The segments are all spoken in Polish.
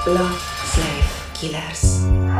Love, Slave, Killers.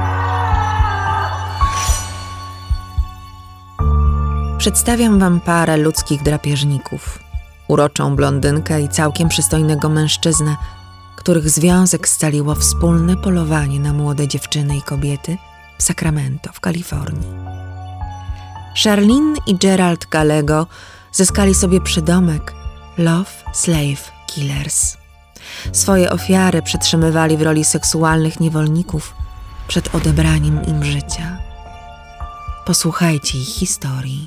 Przedstawiam wam parę ludzkich drapieżników. Uroczą blondynkę i całkiem przystojnego mężczyznę, których związek scaliło wspólne polowanie na młode dziewczyny i kobiety w Sacramento w Kalifornii. Charlene i Gerald Gallego zyskali sobie przydomek Love, Slave, Killers. Swoje ofiary przetrzymywali w roli seksualnych niewolników przed odebraniem im życia. Posłuchajcie ich historii.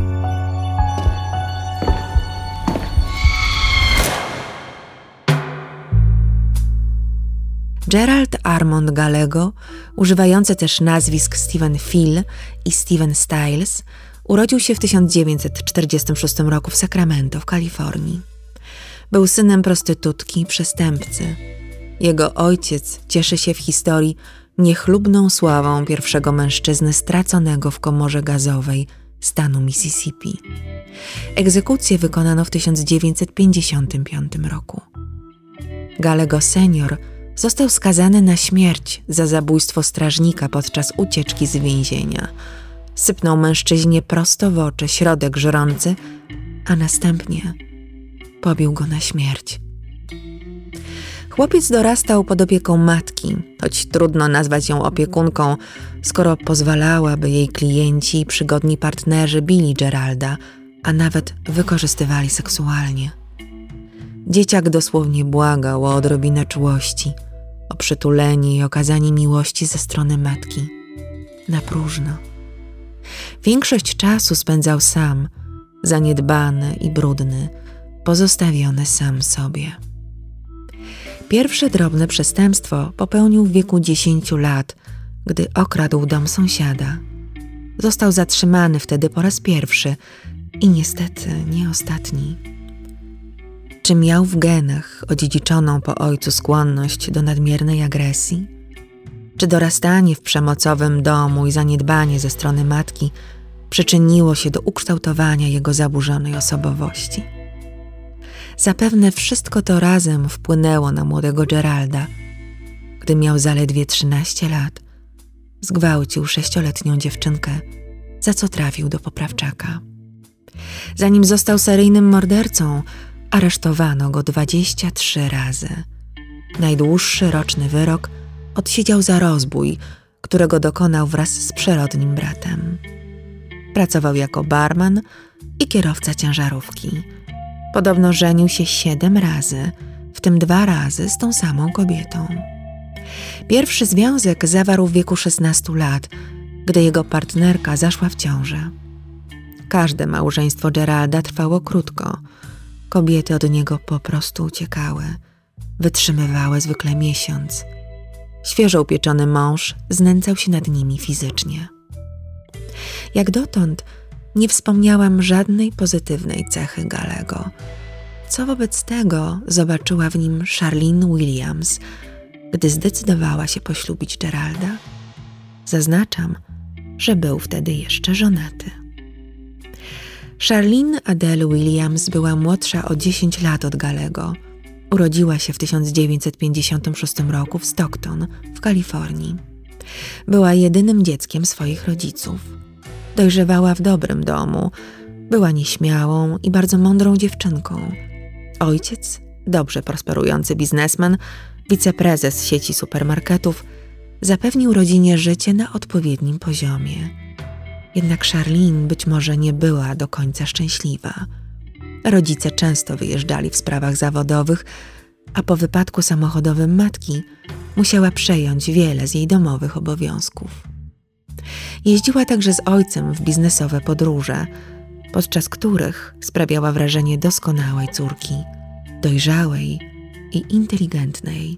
Gerald Armand Gallego, używający też nazwisk Stephen Phil i Steven Stiles, urodził się w 1946 roku w Sacramento w Kalifornii. Był synem prostytutki i przestępcy. Jego ojciec cieszy się w historii niechlubną sławą pierwszego mężczyzny straconego w komorze gazowej stanu Mississippi. Egzekucję wykonano w 1955 roku. Gallego senior został skazany na śmierć za zabójstwo strażnika podczas ucieczki z więzienia. Sypnął mężczyźnie prosto w oczy środek żrący, a następnie pobił go na śmierć. Chłopiec dorastał pod opieką matki, choć trudno nazwać ją opiekunką, skoro pozwalała, by jej klienci i przygodni partnerzy bili Geralda, a nawet wykorzystywali seksualnie. Dzieciak dosłownie błagał o odrobinę czułości, o przytulenie i okazanie miłości ze strony matki. Na próżno. Większość czasu spędzał sam, zaniedbany i brudny, pozostawiony sam sobie. Pierwsze drobne przestępstwo popełnił w wieku 10 lat, gdy okradł dom sąsiada. Został zatrzymany wtedy po raz pierwszy i niestety nie ostatni. Czy miał w genach odziedziczoną po ojcu skłonność do nadmiernej agresji? Czy dorastanie w przemocowym domu i zaniedbanie ze strony matki przyczyniło się do ukształtowania jego zaburzonej osobowości? Zapewne wszystko to razem wpłynęło na młodego Geralda. Gdy miał zaledwie 13 lat, zgwałcił 6-letnią dziewczynkę, za co trafił do poprawczaka. Zanim został seryjnym mordercą, aresztowano go 23 razy. Najdłuższy roczny wyrok odsiedział za rozbój, którego dokonał wraz z przyrodnim bratem. Pracował jako barman i kierowca ciężarówki. Podobno żenił się 7 razy, w tym 2 razy z tą samą kobietą. Pierwszy związek zawarł w wieku 16 lat, gdy jego partnerka zaszła w ciążę. Każde małżeństwo Geralda trwało krótko. Kobiety od niego po prostu uciekały. Wytrzymywały zwykle miesiąc. Świeżo upieczony mąż znęcał się nad nimi fizycznie. Jak dotąd nie wspomniałam żadnej pozytywnej cechy Gallego. Co wobec tego zobaczyła w nim Charlene Williams, gdy zdecydowała się poślubić Geralda? Zaznaczam, że był wtedy jeszcze żonaty. Charlene Adele Williams była młodsza o 10 lat od Gallego. Urodziła się w 1956 roku w Stockton, w Kalifornii. Była jedynym dzieckiem swoich rodziców. Dojrzewała w dobrym domu. Była nieśmiałą i bardzo mądrą dziewczynką. Ojciec, dobrze prosperujący biznesmen, wiceprezes sieci supermarketów, zapewnił rodzinie życie na odpowiednim poziomie. Jednak Charlene być może nie była do końca szczęśliwa. Rodzice często wyjeżdżali w sprawach zawodowych, a po wypadku samochodowym matki musiała przejąć wiele z jej domowych obowiązków. Jeździła także z ojcem w biznesowe podróże, podczas których sprawiała wrażenie doskonałej córki, dojrzałej i inteligentnej.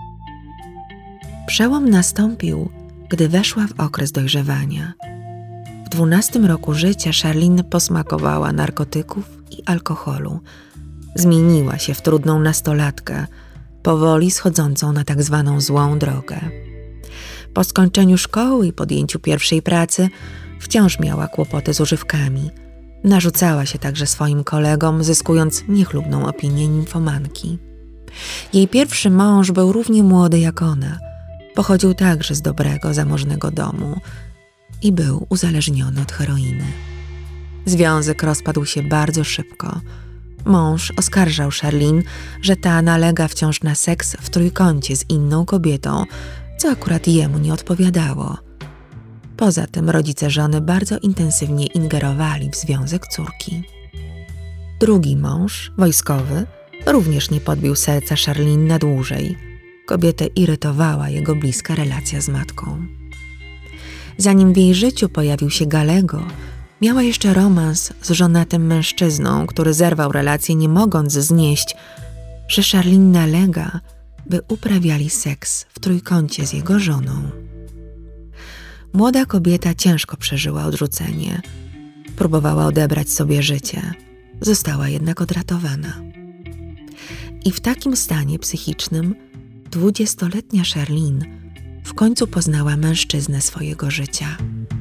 Przełom nastąpił, gdy weszła w okres dojrzewania. W 12 roku życia Charlene posmakowała narkotyków i alkoholu. Zmieniła się w trudną nastolatkę, powoli schodzącą na tak zwaną złą drogę. Po skończeniu szkoły i podjęciu pierwszej pracy wciąż miała kłopoty z używkami. Narzucała się także swoim kolegom, zyskując niechlubną opinię nimfomanki. Jej pierwszy mąż był równie młody jak ona. Pochodził także z dobrego, zamożnego domu i był uzależniony od heroiny. Związek rozpadł się bardzo szybko. Mąż oskarżał Charlene, że ta nalega wciąż na seks w trójkącie z inną kobietą, co akurat jemu nie odpowiadało. Poza tym rodzice żony bardzo intensywnie ingerowali w związek córki. Drugi mąż, wojskowy, również nie podbił serca Charlene na dłużej. Kobietę irytowała jego bliska relacja z matką. Zanim w jej życiu pojawił się Galego, miała jeszcze romans z żonatym mężczyzną, który zerwał relację, nie mogąc znieść, że Charlene nalega, by uprawiali seks w trójkącie z jego żoną. Młoda kobieta ciężko przeżyła odrzucenie. Próbowała odebrać sobie życie. Została jednak odratowana. I w takim stanie psychicznym 20-letnia Charlene w końcu poznała mężczyznę swojego życia.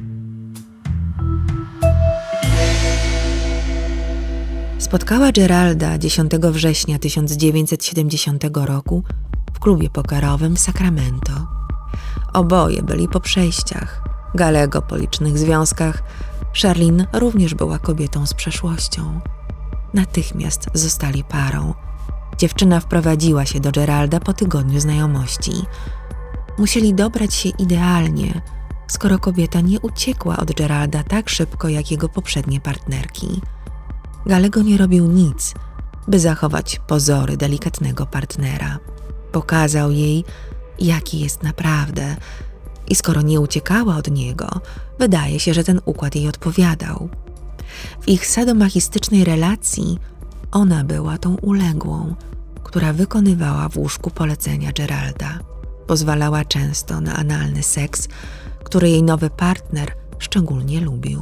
Spotkała Geralda 10 września 1970 roku w klubie pokerowym w Sacramento. Oboje byli po przejściach. Galego po licznych związkach. Charlene również była kobietą z przeszłością. Natychmiast zostali parą. Dziewczyna wprowadziła się do Geralda po tygodniu znajomości. Musieli dobrać się idealnie, skoro kobieta nie uciekła od Geralda tak szybko jak jego poprzednie partnerki. Galego nie robił nic, by zachować pozory delikatnego partnera. Pokazał jej, jaki jest naprawdę i skoro nie uciekała od niego, wydaje się, że ten układ jej odpowiadał. W ich sadomachistycznej relacji ona była tą uległą, która wykonywała w łóżku polecenia Geralda. Pozwalała często na analny seks, który jej nowy partner szczególnie lubił.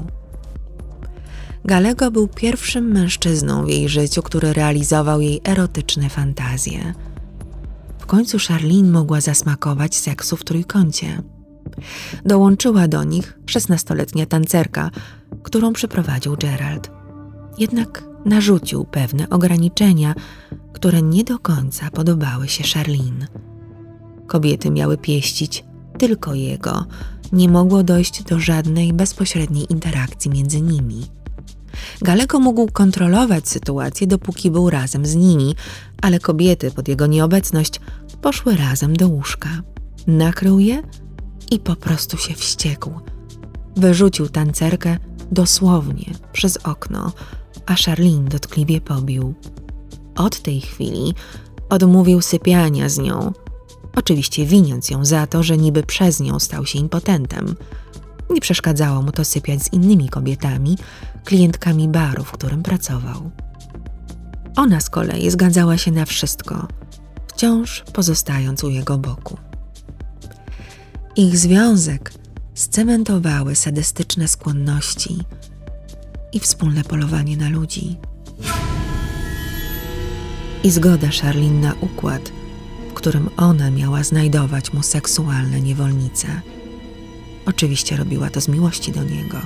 Galego był pierwszym mężczyzną w jej życiu, który realizował jej erotyczne fantazje. W końcu Charlene mogła zasmakować seksu w trójkącie. Dołączyła do nich 16-letnia tancerka, którą przyprowadził Gerald. Jednak narzucił pewne ograniczenia, które nie do końca podobały się Charlene. Kobiety miały pieścić tylko jego, nie mogło dojść do żadnej bezpośredniej interakcji między nimi. Galego mógł kontrolować sytuację, dopóki był razem z nimi, ale kobiety pod jego nieobecność poszły razem do łóżka. Nakrył je i po prostu się wściekł. Wyrzucił tancerkę dosłownie przez okno, a Charlene dotkliwie pobił. Od tej chwili odmówił sypiania z nią, oczywiście winiąc ją za to, że niby przez nią stał się impotentem. Nie przeszkadzało mu to sypiać z innymi kobietami, klientkami baru, w którym pracował. Ona z kolei zgadzała się na wszystko, wciąż pozostając u jego boku. Ich związek scementowały sadystyczne skłonności i wspólne polowanie na ludzi. I zgoda Charlene na układ, w którym ona miała znajdować mu seksualne niewolnice. Oczywiście robiła to z miłości do niego.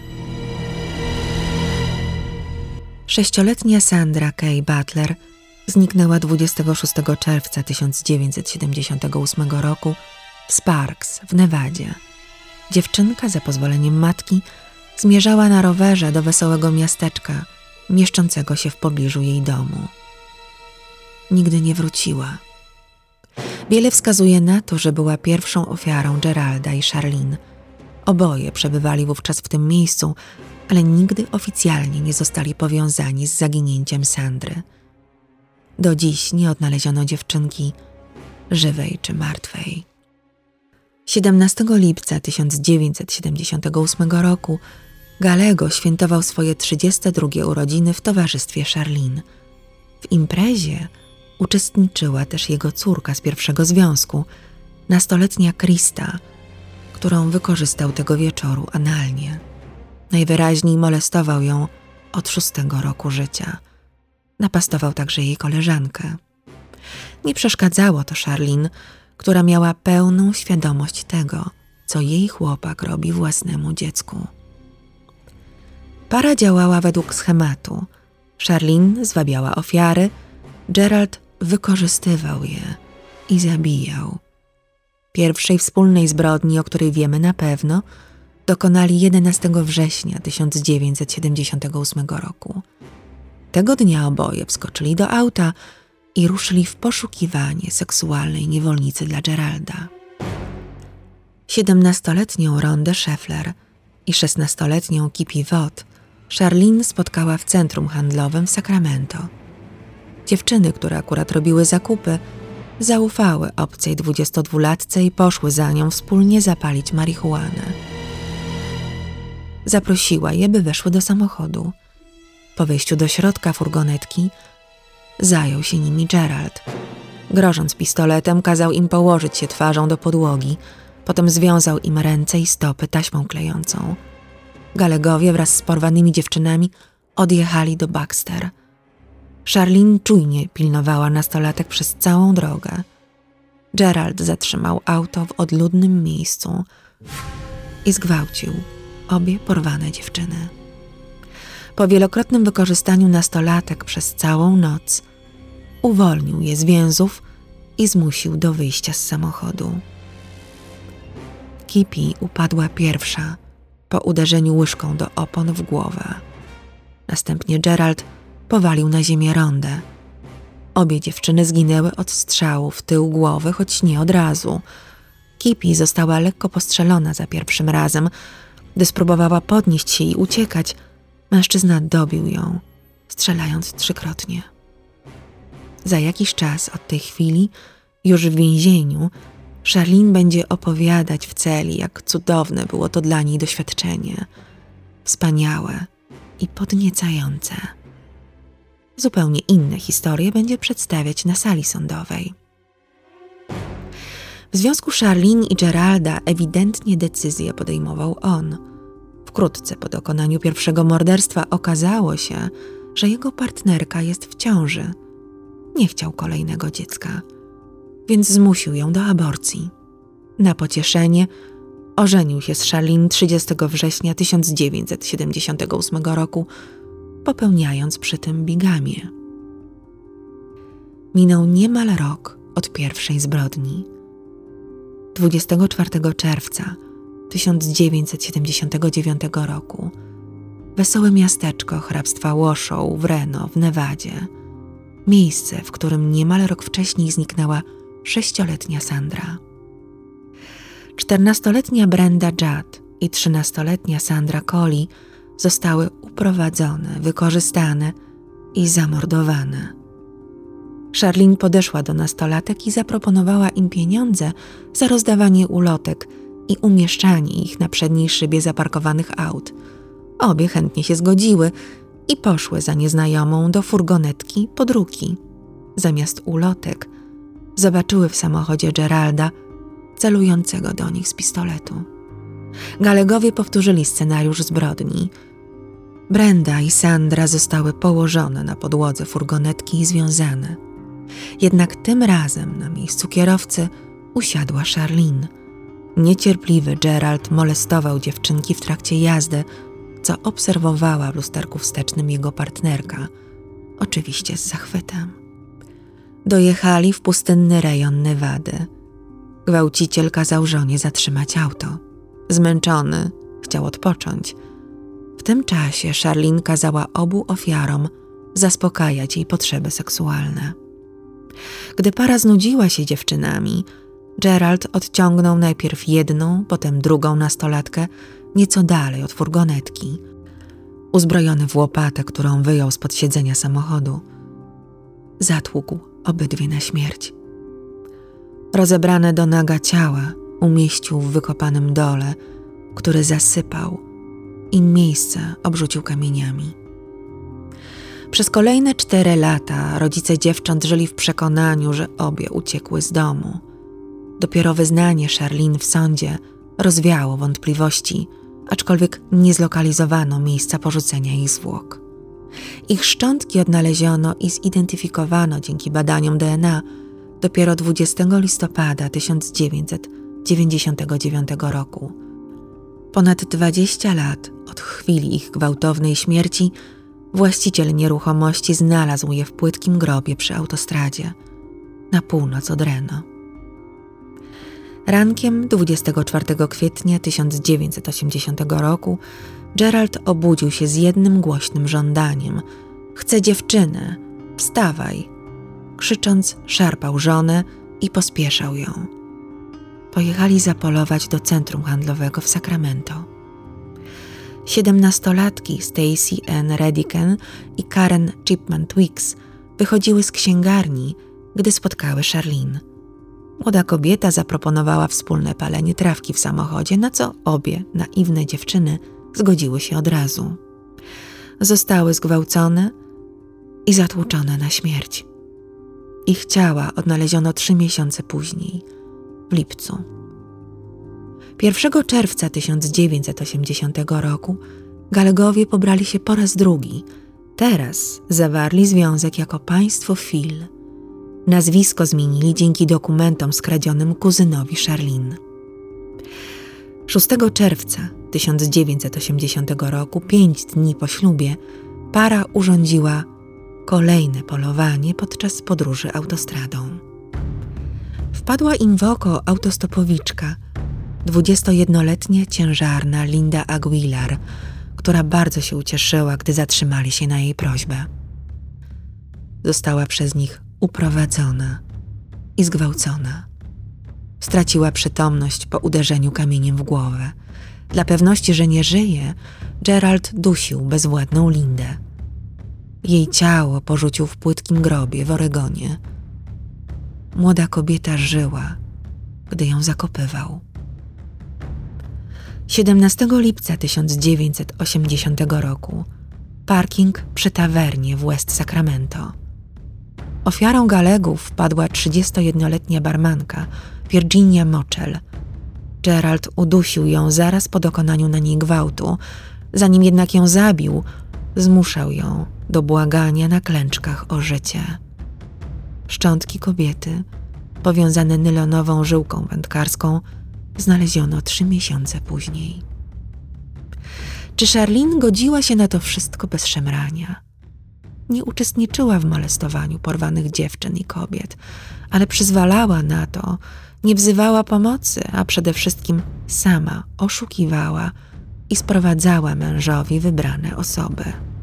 6-letnia Sandra Kay Butler zniknęła 26 czerwca 1978 roku w Sparks w Nevadzie. Dziewczynka za pozwoleniem matki zmierzała na rowerze do wesołego miasteczka mieszczącego się w pobliżu jej domu. Nigdy nie wróciła. Wiele wskazuje na to, że była pierwszą ofiarą Geralda i Charlene. Oboje przebywali wówczas w tym miejscu, ale nigdy oficjalnie nie zostali powiązani z zaginięciem Sandry. Do dziś nie odnaleziono dziewczynki, żywej czy martwej. 17 lipca 1978 roku Galego świętował swoje 32 urodziny w towarzystwie Charlene. W imprezie uczestniczyła też jego córka z pierwszego związku, nastoletnia Krista, którą wykorzystał tego wieczoru analnie. Najwyraźniej molestował ją od 6 roku życia. Napastował także jej koleżankę. Nie przeszkadzało to Charlene, która miała pełną świadomość tego, co jej chłopak robi własnemu dziecku. Para działała według schematu. Charlene zwabiała ofiary, Gerald wykorzystywał je i zabijał. Pierwszej wspólnej zbrodni, o której wiemy na pewno, dokonali 11 września 1978 roku. Tego dnia oboje wskoczyli do auta i ruszyli w poszukiwanie seksualnej niewolnicy dla Geralda. 17-letnią Rondę Scheffler i 16-letnią Kippy Vaught Charlene spotkała w centrum handlowym w Sacramento. Dziewczyny, które akurat robiły zakupy, zaufały obcej 22-latce i poszły za nią wspólnie zapalić marihuanę. Zaprosiła je, by weszły do samochodu. Po wejściu do środka furgonetki zajął się nimi Gerald. Grożąc pistoletem, kazał im położyć się twarzą do podłogi, potem związał im ręce i stopy taśmą klejącą. Galegowie wraz z porwanymi dziewczynami odjechali do Baxter. Charlene czujnie pilnowała nastolatek przez całą drogę. Gerald zatrzymał auto w odludnym miejscu i zgwałcił obie porwane dziewczyny. Po wielokrotnym wykorzystaniu nastolatek przez całą noc uwolnił je z więzów i zmusił do wyjścia z samochodu. Kippy upadła pierwsza po uderzeniu łyżką do opon w głowę. Następnie Gerald powalił na ziemię Rondę. Obie dziewczyny zginęły od strzału w tył głowy, choć nie od razu. Kippy została lekko postrzelona za pierwszym razem. Gdy spróbowała podnieść się i uciekać, mężczyzna dobił ją, strzelając 3-krotnie. Za jakiś czas od tej chwili, już w więzieniu, Charlene będzie opowiadać w celi, jak cudowne było to dla niej doświadczenie. Wspaniałe i podniecające. Zupełnie inne historie będzie przedstawiać na sali sądowej. W związku Charlene i Geralda ewidentnie decyzję podejmował on. Wkrótce po dokonaniu pierwszego morderstwa okazało się, że jego partnerka jest w ciąży. Nie chciał kolejnego dziecka, więc zmusił ją do aborcji. Na pocieszenie ożenił się z Charlene 30 września 1978 roku, popełniając przy tym bigamię. Minął niemal rok od pierwszej zbrodni. 24 czerwca 1979 roku wesołe miasteczko hrabstwa Washoe w Reno w Nevadzie. Miejsce, w którym niemal rok wcześniej zniknęła 6-letnia Sandra. 14-letnia Brenda Judd i 13-letnia Sandra Coley zostały uprowadzone, wykorzystane i zamordowane. Charlene podeszła do nastolatek i zaproponowała im pieniądze za rozdawanie ulotek i umieszczanie ich na przedniej szybie zaparkowanych aut. Obie chętnie się zgodziły i poszły za nieznajomą do furgonetki pod ruki. Zamiast ulotek zobaczyły w samochodzie Geralda celującego do nich z pistoletu. Galegowie powtórzyli scenariusz zbrodni. Brenda i Sandra zostały położone na podłodze furgonetki i związane. Jednak tym razem na miejscu kierowcy usiadła Charlene. Niecierpliwy Gerald molestował dziewczynki w trakcie jazdy, co obserwowała w lusterku wstecznym jego partnerka, oczywiście z zachwytem. Dojechali w pustynny rejon Nevady. Gwałciciel kazał żonie zatrzymać auto. Zmęczony, chciał odpocząć. W tym czasie Charlene kazała obu ofiarom zaspokajać jej potrzeby seksualne. Gdy para znudziła się dziewczynami, Gerald odciągnął najpierw jedną, potem drugą nastolatkę nieco dalej od furgonetki. Uzbrojony w łopatę, którą wyjął spod siedzenia samochodu, zatłukł obydwie na śmierć. Rozebrane do naga ciała umieścił w wykopanym dole, który zasypał i miejsce obrzucił kamieniami. Przez kolejne 4 lata rodzice dziewcząt żyli w przekonaniu, że obie uciekły z domu. Dopiero wyznanie Charlene w sądzie rozwiało wątpliwości, aczkolwiek nie zlokalizowano miejsca porzucenia ich zwłok. Ich szczątki odnaleziono i zidentyfikowano dzięki badaniom DNA dopiero 20 listopada 1999 roku. Ponad 20 lat od chwili ich gwałtownej śmierci Właściciel nieruchomości znalazł je w płytkim grobie przy autostradzie, na północ od Reno. Rankiem 24 kwietnia 1980 roku Gerald obudził się z jednym głośnym żądaniem: „Chcę dziewczynę, wstawaj!” Krzycząc, szarpał żonę i pospieszał ją. Pojechali zapolować do centrum handlowego w Sacramento. 17-latki Stacy Ann Redican i Karen Chipman Twiggs wychodziły z księgarni, gdy spotkały Charlene. Młoda kobieta zaproponowała wspólne palenie trawki w samochodzie, na co obie naiwne dziewczyny zgodziły się od razu. Zostały zgwałcone i zatłuczone na śmierć. Ich ciała odnaleziono 3 miesiące później, w lipcu. 1 czerwca 1980 roku Gallegowie pobrali się po raz drugi. Teraz zawarli związek jako państwo Phil. Nazwisko zmienili dzięki dokumentom skradzionym kuzynowi Charlene. 6 czerwca 1980 roku, 5 dni po ślubie, para urządziła kolejne polowanie podczas podróży autostradą. Wpadła im w oko autostopowiczka, 21-letnia ciężarna Linda Aguilar, która bardzo się ucieszyła, gdy zatrzymali się na jej prośbę. Została przez nich uprowadzona i zgwałcona. Straciła przytomność po uderzeniu kamieniem w głowę. Dla pewności, że nie żyje, Gerald dusił bezwładną Lindę. Jej ciało porzucił w płytkim grobie w Oregonie. Młoda kobieta żyła, gdy ją zakopywał. 17 lipca 1980 roku parking przy tawernie w West Sacramento. Ofiarą Gallegów wpadła 31-letnia barmanka Virginia Mochel. Gerald udusił ją zaraz po dokonaniu na niej gwałtu. Zanim jednak ją zabił, zmuszał ją do błagania na klęczkach o życie. Szczątki kobiety, powiązane nylonową żyłką wędkarską, znaleziono 3 miesiące później. Czy Charlene godziła się na to wszystko bez szemrania? Nie uczestniczyła w molestowaniu porwanych dziewczyn i kobiet, ale przyzwalała na to, nie wzywała pomocy, a przede wszystkim sama oszukiwała i sprowadzała mężowi wybrane osoby.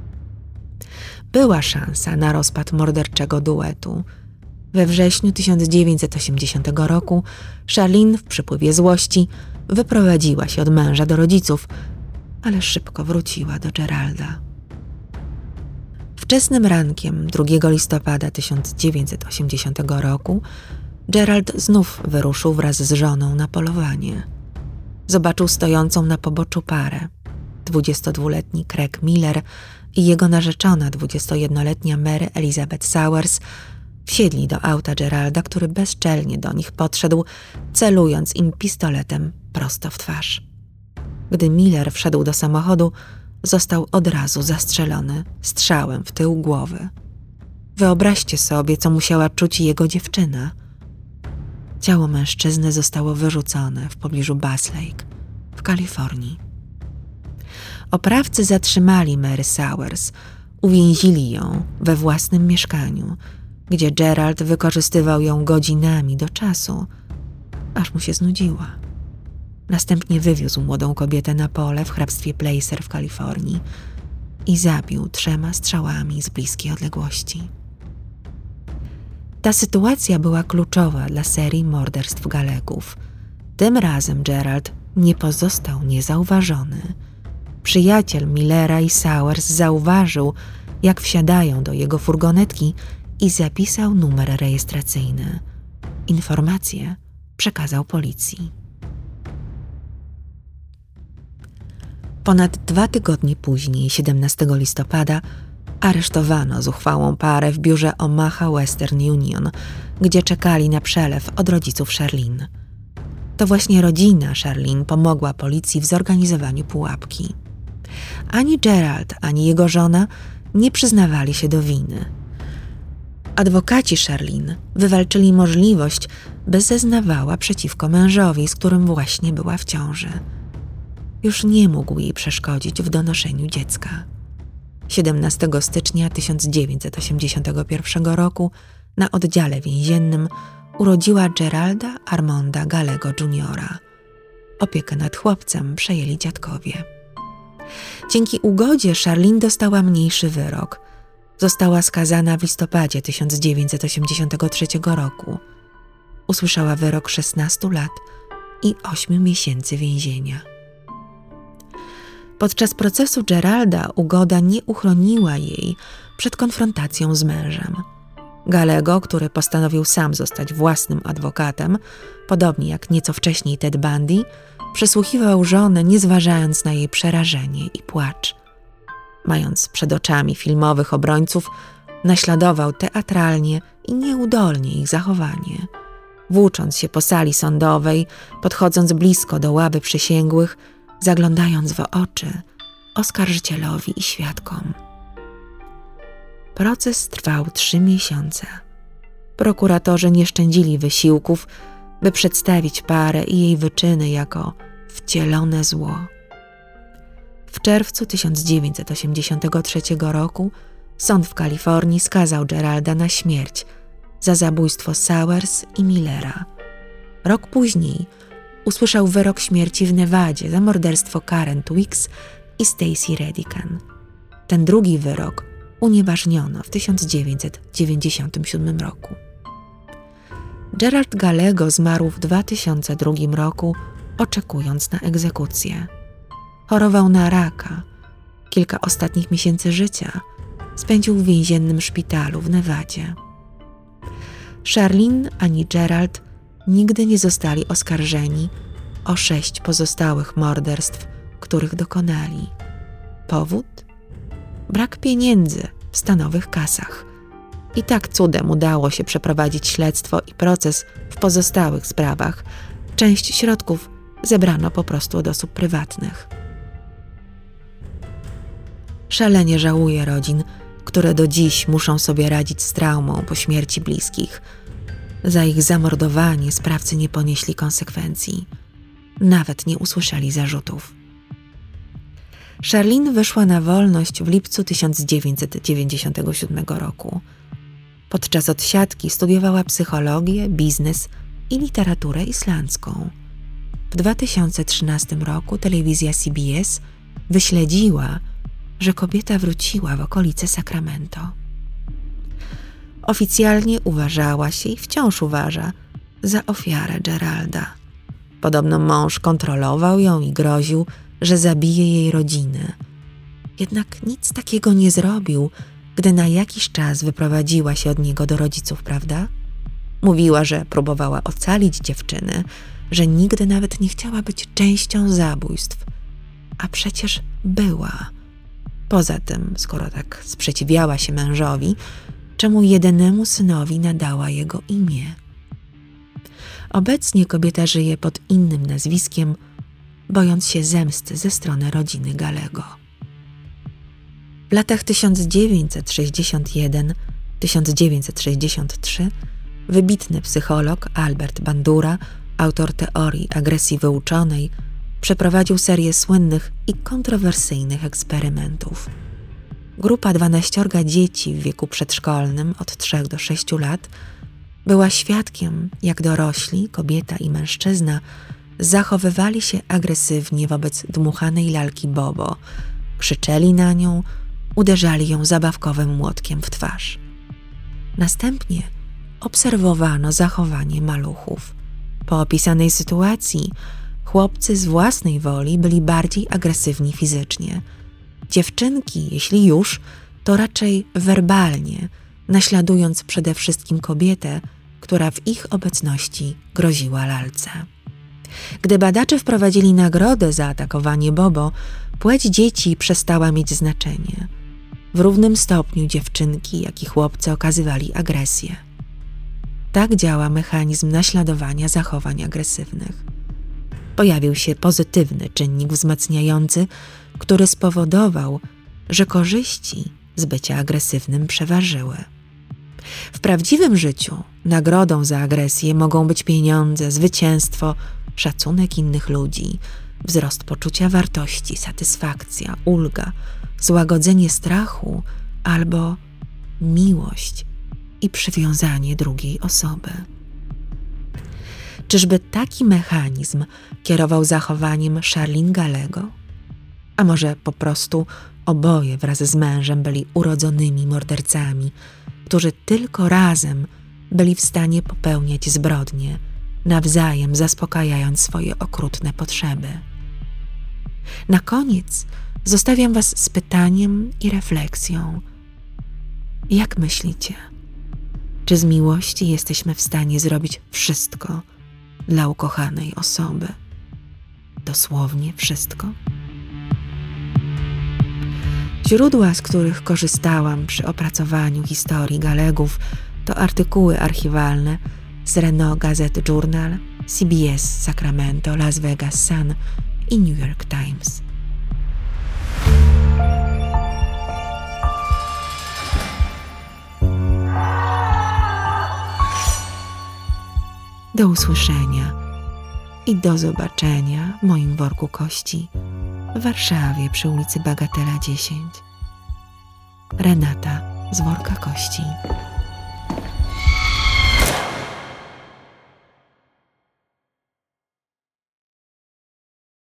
Była szansa na rozpad morderczego duetu. We wrześniu 1980 roku Charlene w przypływie złości wyprowadziła się od męża do rodziców, ale szybko wróciła do Geralda. Wczesnym rankiem 2 listopada 1980 roku Gerald znów wyruszył wraz z żoną na polowanie. Zobaczył stojącą na poboczu parę. 22-letni Craig Miller i jego narzeczona 21-letnia Mary Elizabeth Sowers wsiedli do auta Geralda, który bezczelnie do nich podszedł, celując im pistoletem prosto w twarz. Gdy Miller wszedł do samochodu, został od razu zastrzelony strzałem w tył głowy. Wyobraźcie sobie, co musiała czuć jego dziewczyna. Ciało mężczyzny zostało wyrzucone w pobliżu Bass Lake w Kalifornii. Oprawcy zatrzymali Mary Sowers, uwięzili ją we własnym mieszkaniu, gdzie Gerald wykorzystywał ją godzinami do czasu, aż mu się znudziła. Następnie wywiózł młodą kobietę na pole w hrabstwie Placer w Kalifornii i zabił 3 strzałami z bliskiej odległości. Ta sytuacja była kluczowa dla serii morderstw Gallegów. Tym razem Gerald nie pozostał niezauważony. Przyjaciel Millera i Sowers zauważył, jak wsiadają do jego furgonetki i zapisał numer rejestracyjny. Informację przekazał policji. Ponad 2 tygodnie później, 17 listopada, aresztowano zuchwałą parę w biurze Omaha Western Union, gdzie czekali na przelew od rodziców Charlene. To właśnie rodzina Charlene pomogła policji w zorganizowaniu pułapki. Ani Gerald, ani jego żona nie przyznawali się do winy. Adwokaci Charlene wywalczyli możliwość, by zeznawała przeciwko mężowi, z którym właśnie była w ciąży. Już nie mógł jej przeszkodzić w donoszeniu dziecka. 17 stycznia 1981 roku na oddziale więziennym urodziła Geralda Armonda Gallego Jr. Opiekę nad chłopcem przejęli dziadkowie. Dzięki ugodzie Charlene dostała mniejszy wyrok. Została skazana w listopadzie 1983 roku. Usłyszała wyrok 16 lat i 8 miesięcy więzienia. Podczas procesu Geralda ugoda nie uchroniła jej przed konfrontacją z mężem. Gallego, który postanowił sam zostać własnym adwokatem, podobnie jak nieco wcześniej Ted Bundy, przesłuchiwał żonę, nie zważając na jej przerażenie i płacz. Mając przed oczami filmowych obrońców, naśladował teatralnie i nieudolnie ich zachowanie. Włócząc się po sali sądowej, podchodząc blisko do ławy przysięgłych, zaglądając w oczy oskarżycielowi i świadkom. Proces trwał 3 miesiące. Prokuratorzy nie szczędzili wysiłków, by przedstawić parę i jej wyczyny jako wcielone zło. W czerwcu 1983 roku sąd w Kalifornii skazał Geralda na śmierć za zabójstwo Sowers i Millera. Rok później usłyszał wyrok śmierci w Nevadzie za morderstwo Karen Twiggs i Stacey Redican. Ten drugi wyrok unieważniono w 1997 roku. Gerald Gallego zmarł w 2002 roku, oczekując na egzekucję. Chorował na raka. Kilka ostatnich miesięcy życia spędził w więziennym szpitalu w Nevadzie. Charlene ani Gerald nigdy nie zostali oskarżeni o 6 pozostałych morderstw, których dokonali. Powód? Brak pieniędzy w stanowych kasach. I tak cudem udało się przeprowadzić śledztwo i proces w pozostałych sprawach. Część środków zebrano po prostu od osób prywatnych. Szalenie żałuję rodzin, które do dziś muszą sobie radzić z traumą po śmierci bliskich. Za ich zamordowanie sprawcy nie ponieśli konsekwencji. Nawet nie usłyszeli zarzutów. Charlene wyszła na wolność w lipcu 1997 roku. Podczas odsiadki studiowała psychologię, biznes i literaturę islandzką. W 2013 roku telewizja CBS wyśledziła, że kobieta wróciła w okolice Sacramento. Oficjalnie uważała się i wciąż uważa za ofiarę Geralda. Podobno mąż kontrolował ją i groził, że zabije jej rodzinę. Jednak nic takiego nie zrobił, gdy na jakiś czas wyprowadziła się od niego do rodziców, prawda? Mówiła, że próbowała ocalić dziewczyny, że nigdy nawet nie chciała być częścią zabójstw. A przecież była. Poza tym, skoro tak sprzeciwiała się mężowi, czemu jedynemu synowi nadała jego imię? Obecnie kobieta żyje pod innym nazwiskiem, bojąc się zemsty ze strony rodziny Gallego. W latach 1961-1963 wybitny psycholog Albert Bandura, autor teorii agresji wyuczonej, przeprowadził serię słynnych i kontrowersyjnych eksperymentów. Grupa 12 dzieci w wieku przedszkolnym od 3 do 6 lat była świadkiem, jak dorośli, kobieta i mężczyzna, zachowywali się agresywnie wobec dmuchanej lalki Bobo, krzyczeli na nią, uderzali ją zabawkowym młotkiem w twarz. Następnie obserwowano zachowanie maluchów. Po opisanej sytuacji chłopcy z własnej woli byli bardziej agresywni fizycznie. Dziewczynki, jeśli już, to raczej werbalnie, naśladując przede wszystkim kobietę, która w ich obecności groziła lalce. Gdy badacze wprowadzili nagrodę za atakowanie Bobo, płeć dzieci przestała mieć znaczenie. W równym stopniu dziewczynki, jak i chłopcy okazywali agresję. Tak działa mechanizm naśladowania zachowań agresywnych. Pojawił się pozytywny czynnik wzmacniający, który spowodował, że korzyści z bycia agresywnym przeważyły. W prawdziwym życiu nagrodą za agresję mogą być pieniądze, zwycięstwo, szacunek innych ludzi, wzrost poczucia wartości, satysfakcja, ulga, złagodzenie strachu albo miłość i przywiązanie drugiej osoby. Czyżby taki mechanizm kierował zachowaniem Charlene Gallego? A może po prostu oboje wraz z mężem byli urodzonymi mordercami, którzy tylko razem byli w stanie popełniać zbrodnie, nawzajem zaspokajając swoje okrutne potrzeby. Na koniec zostawiam Was z pytaniem i refleksją. Jak myślicie? Czy z miłości jesteśmy w stanie zrobić wszystko dla ukochanej osoby? Dosłownie wszystko? Źródła, z których korzystałam przy opracowaniu historii Gallegów, to artykuły archiwalne z Reno Gazette Journal, CBS Sacramento, Las Vegas Sun i New York Times. Do usłyszenia i do zobaczenia w moim worku kości w Warszawie przy ulicy Bagatela 10. Renata z worka kości.